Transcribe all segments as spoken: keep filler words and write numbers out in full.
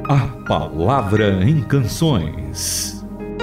A Palavra em Canções.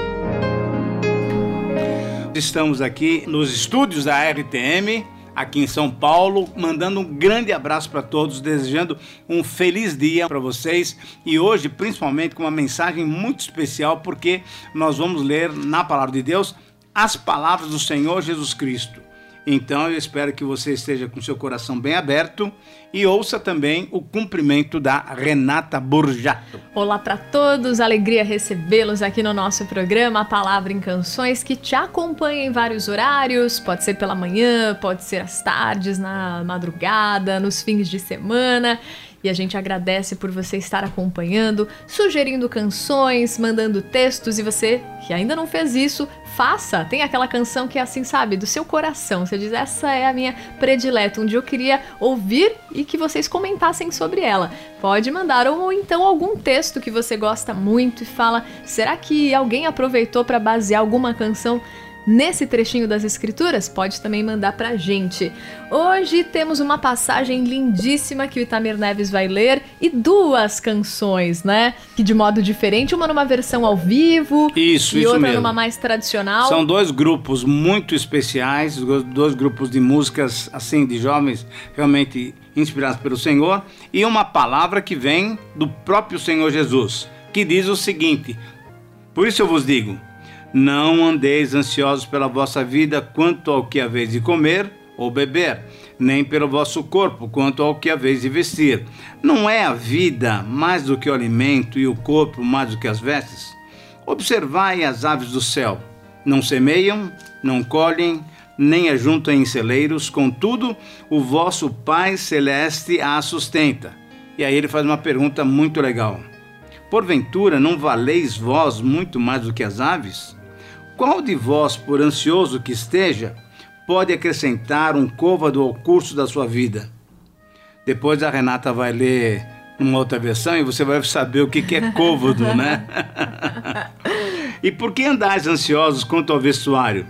Estamos aqui nos estúdios da R T M, aqui em São Paulo, mandando um grande abraço para todos, desejando um feliz dia para vocês e hoje, principalmente, com uma mensagem muito especial, porque nós vamos ler na Palavra de Deus as palavras do Senhor Jesus Cristo. Então eu espero que você esteja com seu coração bem aberto e ouça também o cumprimento da Renata Borjato. Olá para todos, alegria recebê-los aqui no nosso programa A Palavra em Canções, que te acompanha em vários horários, pode ser pela manhã, pode ser às tardes, na madrugada, nos fins de semana. E a gente agradece por você estar acompanhando, sugerindo canções, mandando textos. E você que ainda não fez isso, faça. Tem aquela canção que é assim, sabe, do seu coração. Você diz, essa é a minha predileta. Um dia eu queria ouvir e que vocês comentassem sobre ela. Pode mandar. Ou então algum texto que você gosta muito e fala, será que alguém aproveitou para basear alguma canção nesse trechinho das Escrituras? Pode também mandar pra gente. Hoje temos uma passagem lindíssima que o Itamir Neves vai ler e duas canções, né? Que de modo diferente, uma numa versão ao vivo isso, e isso outra mesmo. numa mais tradicional. São dois grupos muito especiais, dois grupos de músicas, assim, de jovens realmente inspirados pelo Senhor, e uma palavra que vem do próprio Senhor Jesus, que diz o seguinte: por isso eu vos digo, não andeis ansiosos pela vossa vida quanto ao que haveis de comer ou beber, nem pelo vosso corpo quanto ao que haveis de vestir. Não é a vida mais do que o alimento e o corpo mais do que as vestes? Observai as aves do céu. Não semeiam, não colhem, nem ajuntam em celeiros, contudo, o vosso Pai Celeste as sustenta. E aí ele faz uma pergunta muito legal. Porventura não valeis vós muito mais do que as aves? Qual de vós, por ansioso que esteja, pode acrescentar um côvado ao curso da sua vida? Depois a Renata vai ler numa outra versão e você vai saber o que é côvado, né? E por que andais ansiosos quanto ao vestuário?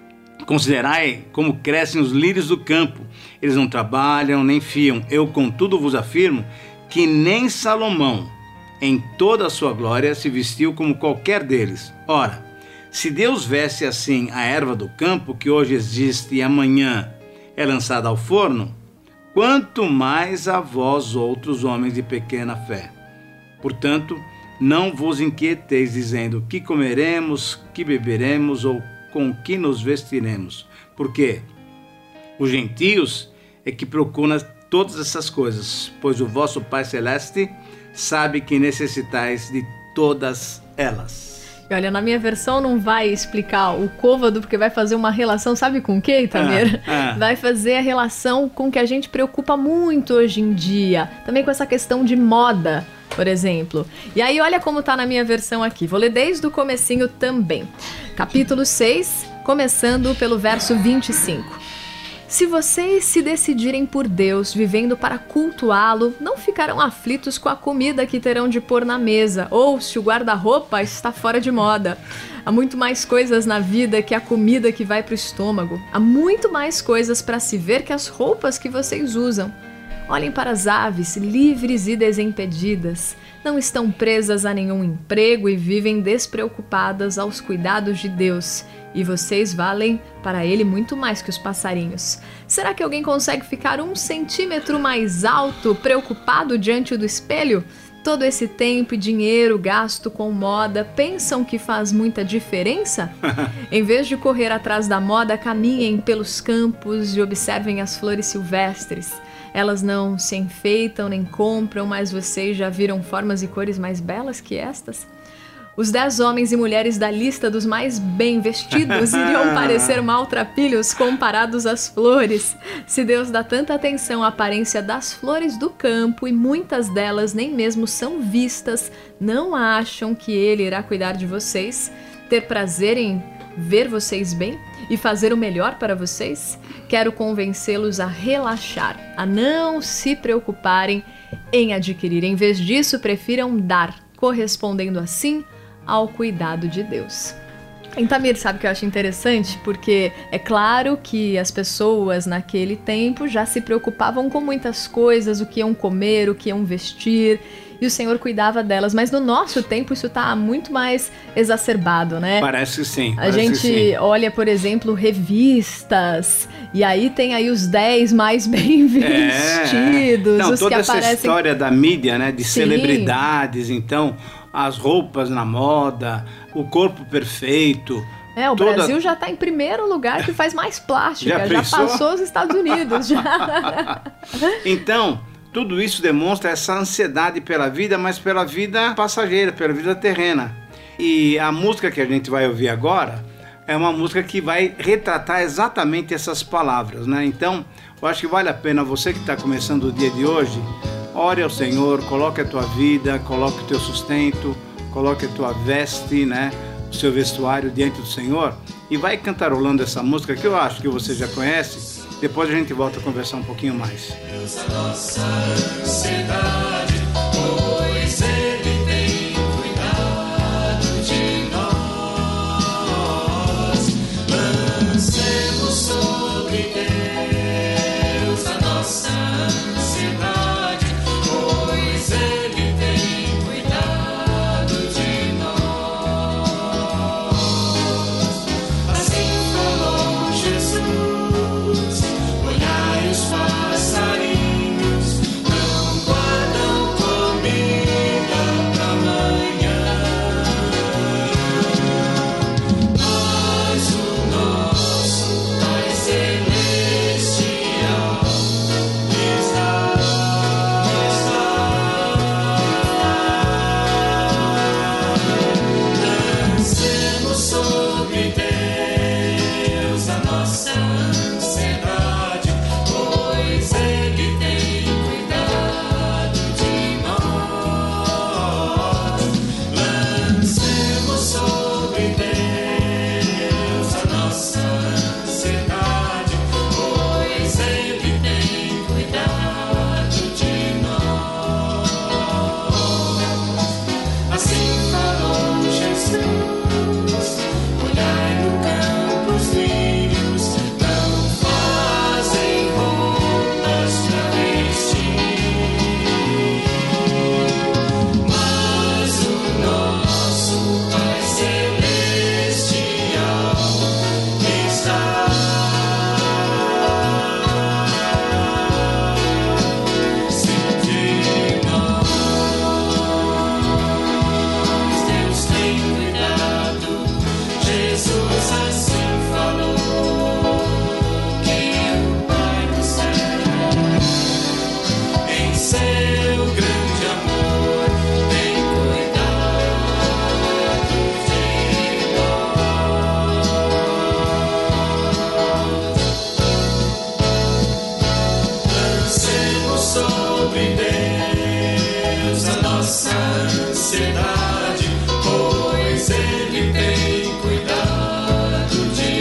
Considerai como crescem os lírios do campo. Eles não trabalham nem fiam. Eu, contudo, vos afirmo que nem Salomão, em toda a sua glória, se vestiu como qualquer deles. Ora, se Deus veste assim a erva do campo, que hoje existe e amanhã é lançada ao forno, quanto mais a vós outros homens de pequena fé. Portanto, não vos inquieteis dizendo que comeremos, que beberemos ou com que nos vestiremos. Porque os gentios é que procuram todas essas coisas, pois o vosso Pai Celeste sabe que necessitais de todas elas. Olha, na minha versão não vai explicar o côvado, porque vai fazer uma relação, sabe com o que, Itamir? Ah, ah. Vai fazer a relação com o que a gente preocupa muito hoje em dia. Também com essa questão de moda, por exemplo. E aí, olha como tá na minha versão aqui. Vou ler desde o comecinho também. Capítulo seis, começando pelo verso vinte e cinco. Se vocês se decidirem por Deus, vivendo para cultuá-lo, não ficarão aflitos com a comida que terão de pôr na mesa, ou se o guarda-roupa está fora de moda. Há muito mais coisas na vida que a comida que vai para o estômago. Há muito mais coisas para se ver que as roupas que vocês usam. Olhem para as aves, livres e desimpedidas. Não estão presas a nenhum emprego e vivem despreocupadas aos cuidados de Deus. E vocês valem para ele muito mais que os passarinhos. Será que alguém consegue ficar um centímetro mais alto, preocupado diante do espelho? Todo esse tempo e dinheiro gasto com moda, pensam que faz muita diferença? Em vez de correr atrás da moda, caminhem pelos campos e observem as flores silvestres. Elas não se enfeitam nem compram, mas vocês já viram formas e cores mais belas que estas? Os dez homens e mulheres da lista dos mais bem vestidos iriam parecer maltrapilhos comparados às flores. Se Deus dá tanta atenção à aparência das flores do campo e muitas delas nem mesmo são vistas, não acham que Ele irá cuidar de vocês, ter prazer em ver vocês bem e fazer o melhor para vocês? Quero convencê-los a relaxar, a não se preocuparem em adquirir. Em vez disso, prefiram dar, correspondendo assim ao cuidado de Deus. Em Tamir, sabe o que eu acho interessante? Porque é claro que as pessoas naquele tempo já se preocupavam com muitas coisas, o que iam comer, o que iam vestir, e o Senhor cuidava delas. Mas no nosso tempo isso está muito mais exacerbado, né? Parece que sim. A gente sim. olha, por exemplo, revistas, e aí tem aí os dez mais bem vestidos, é. Não, os toda que essa aparecem... história da mídia, né? De sim. celebridades, então, as roupas na moda, o corpo perfeito. É, o toda... Brasil já está em primeiro lugar que faz mais plástica, já, já passou os Estados Unidos. Já. Então, tudo isso demonstra essa ansiedade pela vida, mas pela vida passageira, pela vida terrena. E a música que a gente vai ouvir agora é uma música que vai retratar exatamente essas palavras, né? Então, eu acho que vale a pena você que está começando o dia de hoje, ore ao Senhor, coloque a tua vida, coloque o teu sustento, coloque a tua veste, né, o seu vestuário diante do Senhor e vai cantarolando essa música que eu acho que você já conhece. Depois a gente volta a conversar um pouquinho mais. Deus, a nossa ansiedade, pois Ele tem cuidado de nós. Lancemos sobre Deus a nossa ansiedade, pois Ele tem cuidado de nós. Assim falou Jesus. Olhai os passarinhos, não guardam comida pra amanhã, mas o nosso Pai Celestial está, está. Lancemos sobre Deus a nossa ansiedade, pois Ele tem cuidado de nós. Lancemos sobre Deus a nossa ansiedade, pois Ele tem cuidado de nós. Assim falou Jesus. Olhai no campo os lírios, não fazem roupas pra vestir, mas o nosso Pai Celestial está, sempre nós. Deus tem cuidado, Jesus assim falou, que o Pai do céu, em seu grande amor, tem cuidado de nós. Lancemos sobre Deus a nossa ansiedade, pois Ele tem cuidado de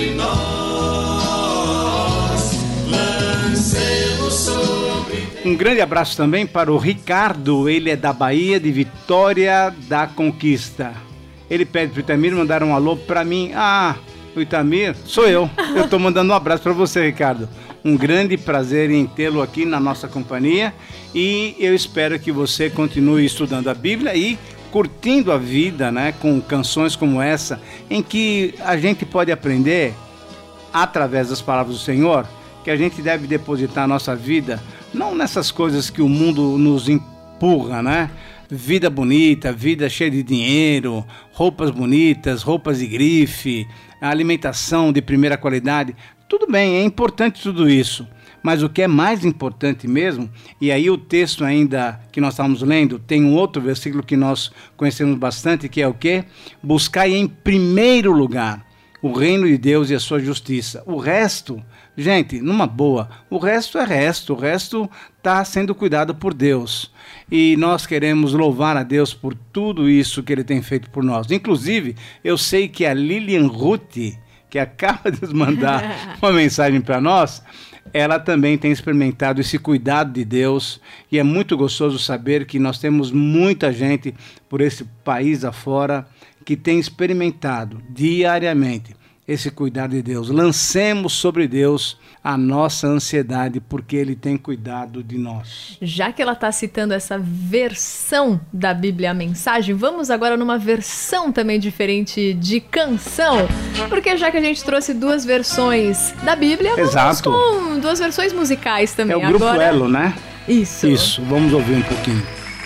nós. Lancemos sobre Um grande abraço também para o Ricardo, ele é da Bahia, de Vitória da Conquista. Ele pede para o Itamir mandar um alô para mim. Ah, o Itamir, sou eu. Eu estou mandando um abraço para você, Ricardo. Um grande prazer em tê-lo aqui na nossa companhia e eu espero que você continue estudando a Bíblia e curtindo a vida, né, com canções como essa, em que a gente pode aprender, através das palavras do Senhor, que a gente deve depositar a nossa vida, não nessas coisas que o mundo nos empurra, né? Vida bonita, vida cheia de dinheiro, roupas bonitas, roupas de grife, alimentação de primeira qualidade. Tudo bem, é importante tudo isso. Mas o que é mais importante mesmo, e aí o texto ainda que nós estávamos lendo, tem um outro versículo que nós conhecemos bastante, que é o quê? Buscai em primeiro lugar o reino de Deus e a sua justiça. O resto, gente, numa boa, o resto é resto, o resto está sendo cuidado por Deus. E nós queremos louvar a Deus por tudo isso que Ele tem feito por nós. Inclusive, eu sei que a Lilian Ruth, que acaba de nos mandar uma mensagem para nós, ela também tem experimentado esse cuidado de Deus e é muito gostoso saber que nós temos muita gente por esse país afora que tem experimentado diariamente esse cuidado de Deus. Lancemos sobre Deus a nossa ansiedade, porque Ele tem cuidado de nós. Já que ela está citando essa versão da Bíblia, a mensagem, vamos agora numa versão também diferente de canção, porque já que a gente trouxe duas versões da Bíblia, Exato. vamos com duas versões musicais também. É o grupo agora... Elo, né? Isso. Isso, vamos ouvir um pouquinho.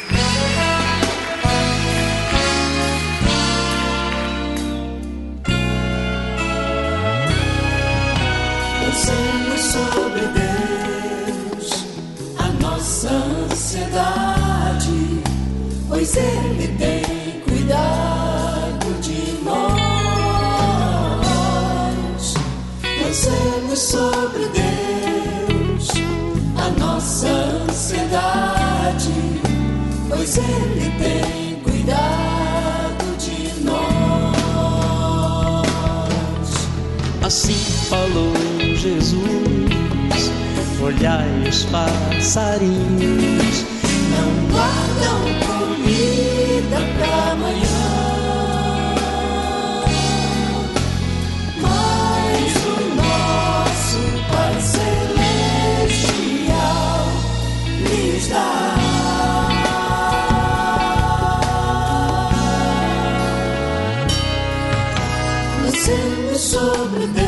Lancemos sobre Deus a nossa ansiedade, pois Ele tem cuidado de nós. Lancemos sobre Deus a nossa ansiedade, pois Ele tem cuidado de nós. Assim falou Jesus, olhai os passarinhos, não guardam comida pra amanhã, mas o nosso Pai Celestial lhes dá. Lancemos sobre Deus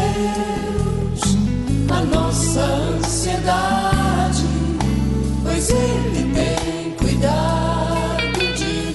a nossa ansiedade, pois Ele tem cuidado de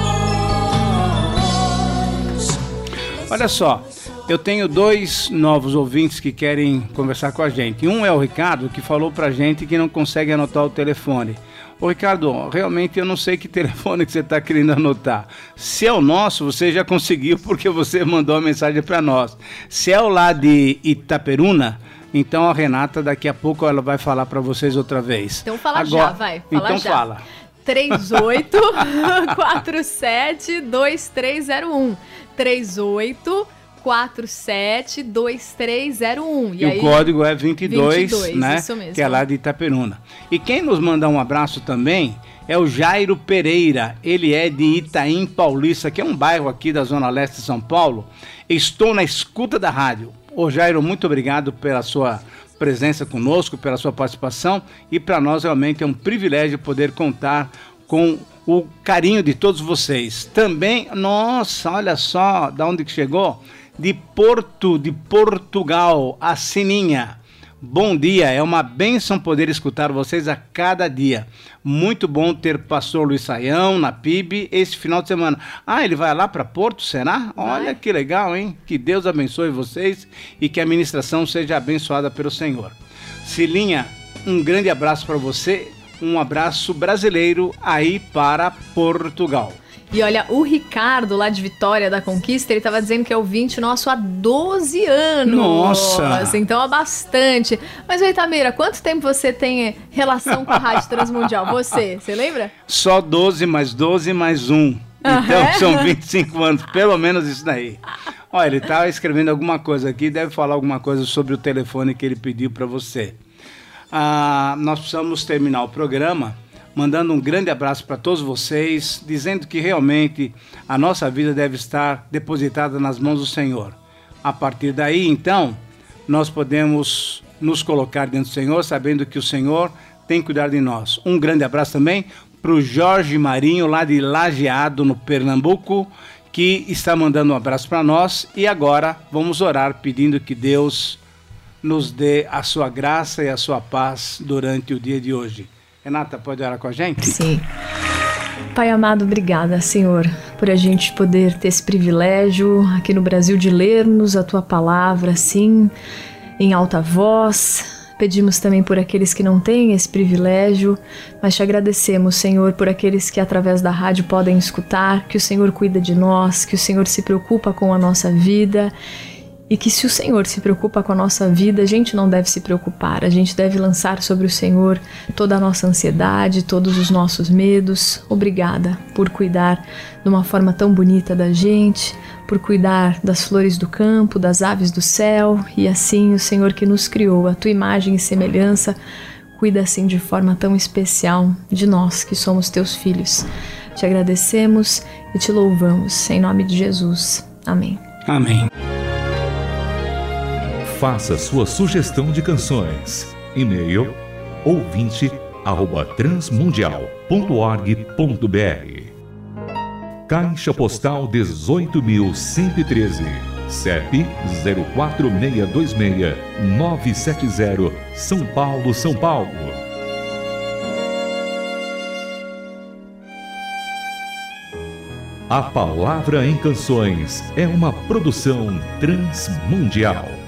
nós. Olha só, eu tenho dois novos ouvintes que querem conversar com a gente. Um é o Ricardo, que falou pra gente que não consegue anotar o telefone. Ô Ricardo, realmente eu não sei que telefone que você está querendo anotar. Se é o nosso, você já conseguiu porque você mandou a mensagem para nós. Se é o lá de Itaperuna, então a Renata daqui a pouco ela vai falar para vocês outra vez. Então fala Agora, já, vai. Fala então já. fala. três oito quatro sete dois três zero um. três oito quatro sete dois três zero um. E, e aí, o código é vinte e dois, vinte e dois, né? Isso mesmo. Que é lá de Itaperuna. E quem nos manda um abraço também é o Jairo Pereira. Ele é de Itaim Paulista, que é um bairro aqui da Zona Leste de São Paulo. Estou na escuta da rádio. Ô Jairo, muito obrigado pela sua presença conosco, pela sua participação. E para nós realmente é um privilégio poder contar com o carinho de todos vocês. Também, nossa, olha só de onde que chegou. De Porto, de Portugal, a Sininha. Bom dia, é uma bênção poder escutar vocês a cada dia. Muito bom ter pastor Luiz Saião na P I B esse final de semana. Ah, ele vai lá para Porto, será? Olha que legal, hein? Que Deus abençoe vocês e que a ministração seja abençoada pelo Senhor. Silinha, um grande abraço para você, um abraço brasileiro aí para Portugal. E olha, o Ricardo, lá de Vitória da Conquista, ele estava dizendo que é ouvinte nosso há doze anos. Nossa! Então há bastante. Mas, Itamira, quanto tempo você tem relação com a Rádio Transmundial? Você, você lembra? Só doze mais doze mais um. Ah, então é? são vinte e cinco anos, pelo menos isso daí. Olha, ele tá escrevendo alguma coisa aqui, deve falar alguma coisa sobre o telefone que ele pediu para você. Ah, nós precisamos terminar o programa mandando um grande abraço para todos vocês, dizendo que realmente a nossa vida deve estar depositada nas mãos do Senhor. A partir daí, então, nós podemos nos colocar diante do Senhor, sabendo que o Senhor tem cuidado de nós. Um grande abraço também para o Jorge Marinho, lá de Lajeado, no Pernambuco, que está mandando um abraço para nós. E agora vamos orar pedindo que Deus nos dê a sua graça e a sua paz durante o dia de hoje. Renata, pode orar com a gente? Sim. Pai amado, obrigada, Senhor, por a gente poder ter esse privilégio aqui no Brasil de lermos a Tua palavra, assim, em alta voz. Pedimos também por aqueles que não têm esse privilégio, mas te agradecemos, Senhor, por aqueles que através da rádio podem escutar, que o Senhor cuida de nós, que o Senhor se preocupa com a nossa vida. E que se o Senhor se preocupa com a nossa vida, a gente não deve se preocupar. A gente deve lançar sobre o Senhor toda a nossa ansiedade, todos os nossos medos. Obrigada por cuidar de uma forma tão bonita da gente, por cuidar das flores do campo, das aves do céu. E assim o Senhor que nos criou, a tua imagem e semelhança, cuida assim de forma tão especial de nós que somos teus filhos. te agradecemos e te louvamos. Em nome de Jesus. Amém. Amém. Faça sua sugestão de canções. E-mail ouvinte arroba transmundial ponto org ponto br. Caixa Postal dezoito mil cento e treze, C E P zero quatro seis dois seis nove sete zero, São Paulo, São Paulo. A Palavra em Canções é uma produção transmundial.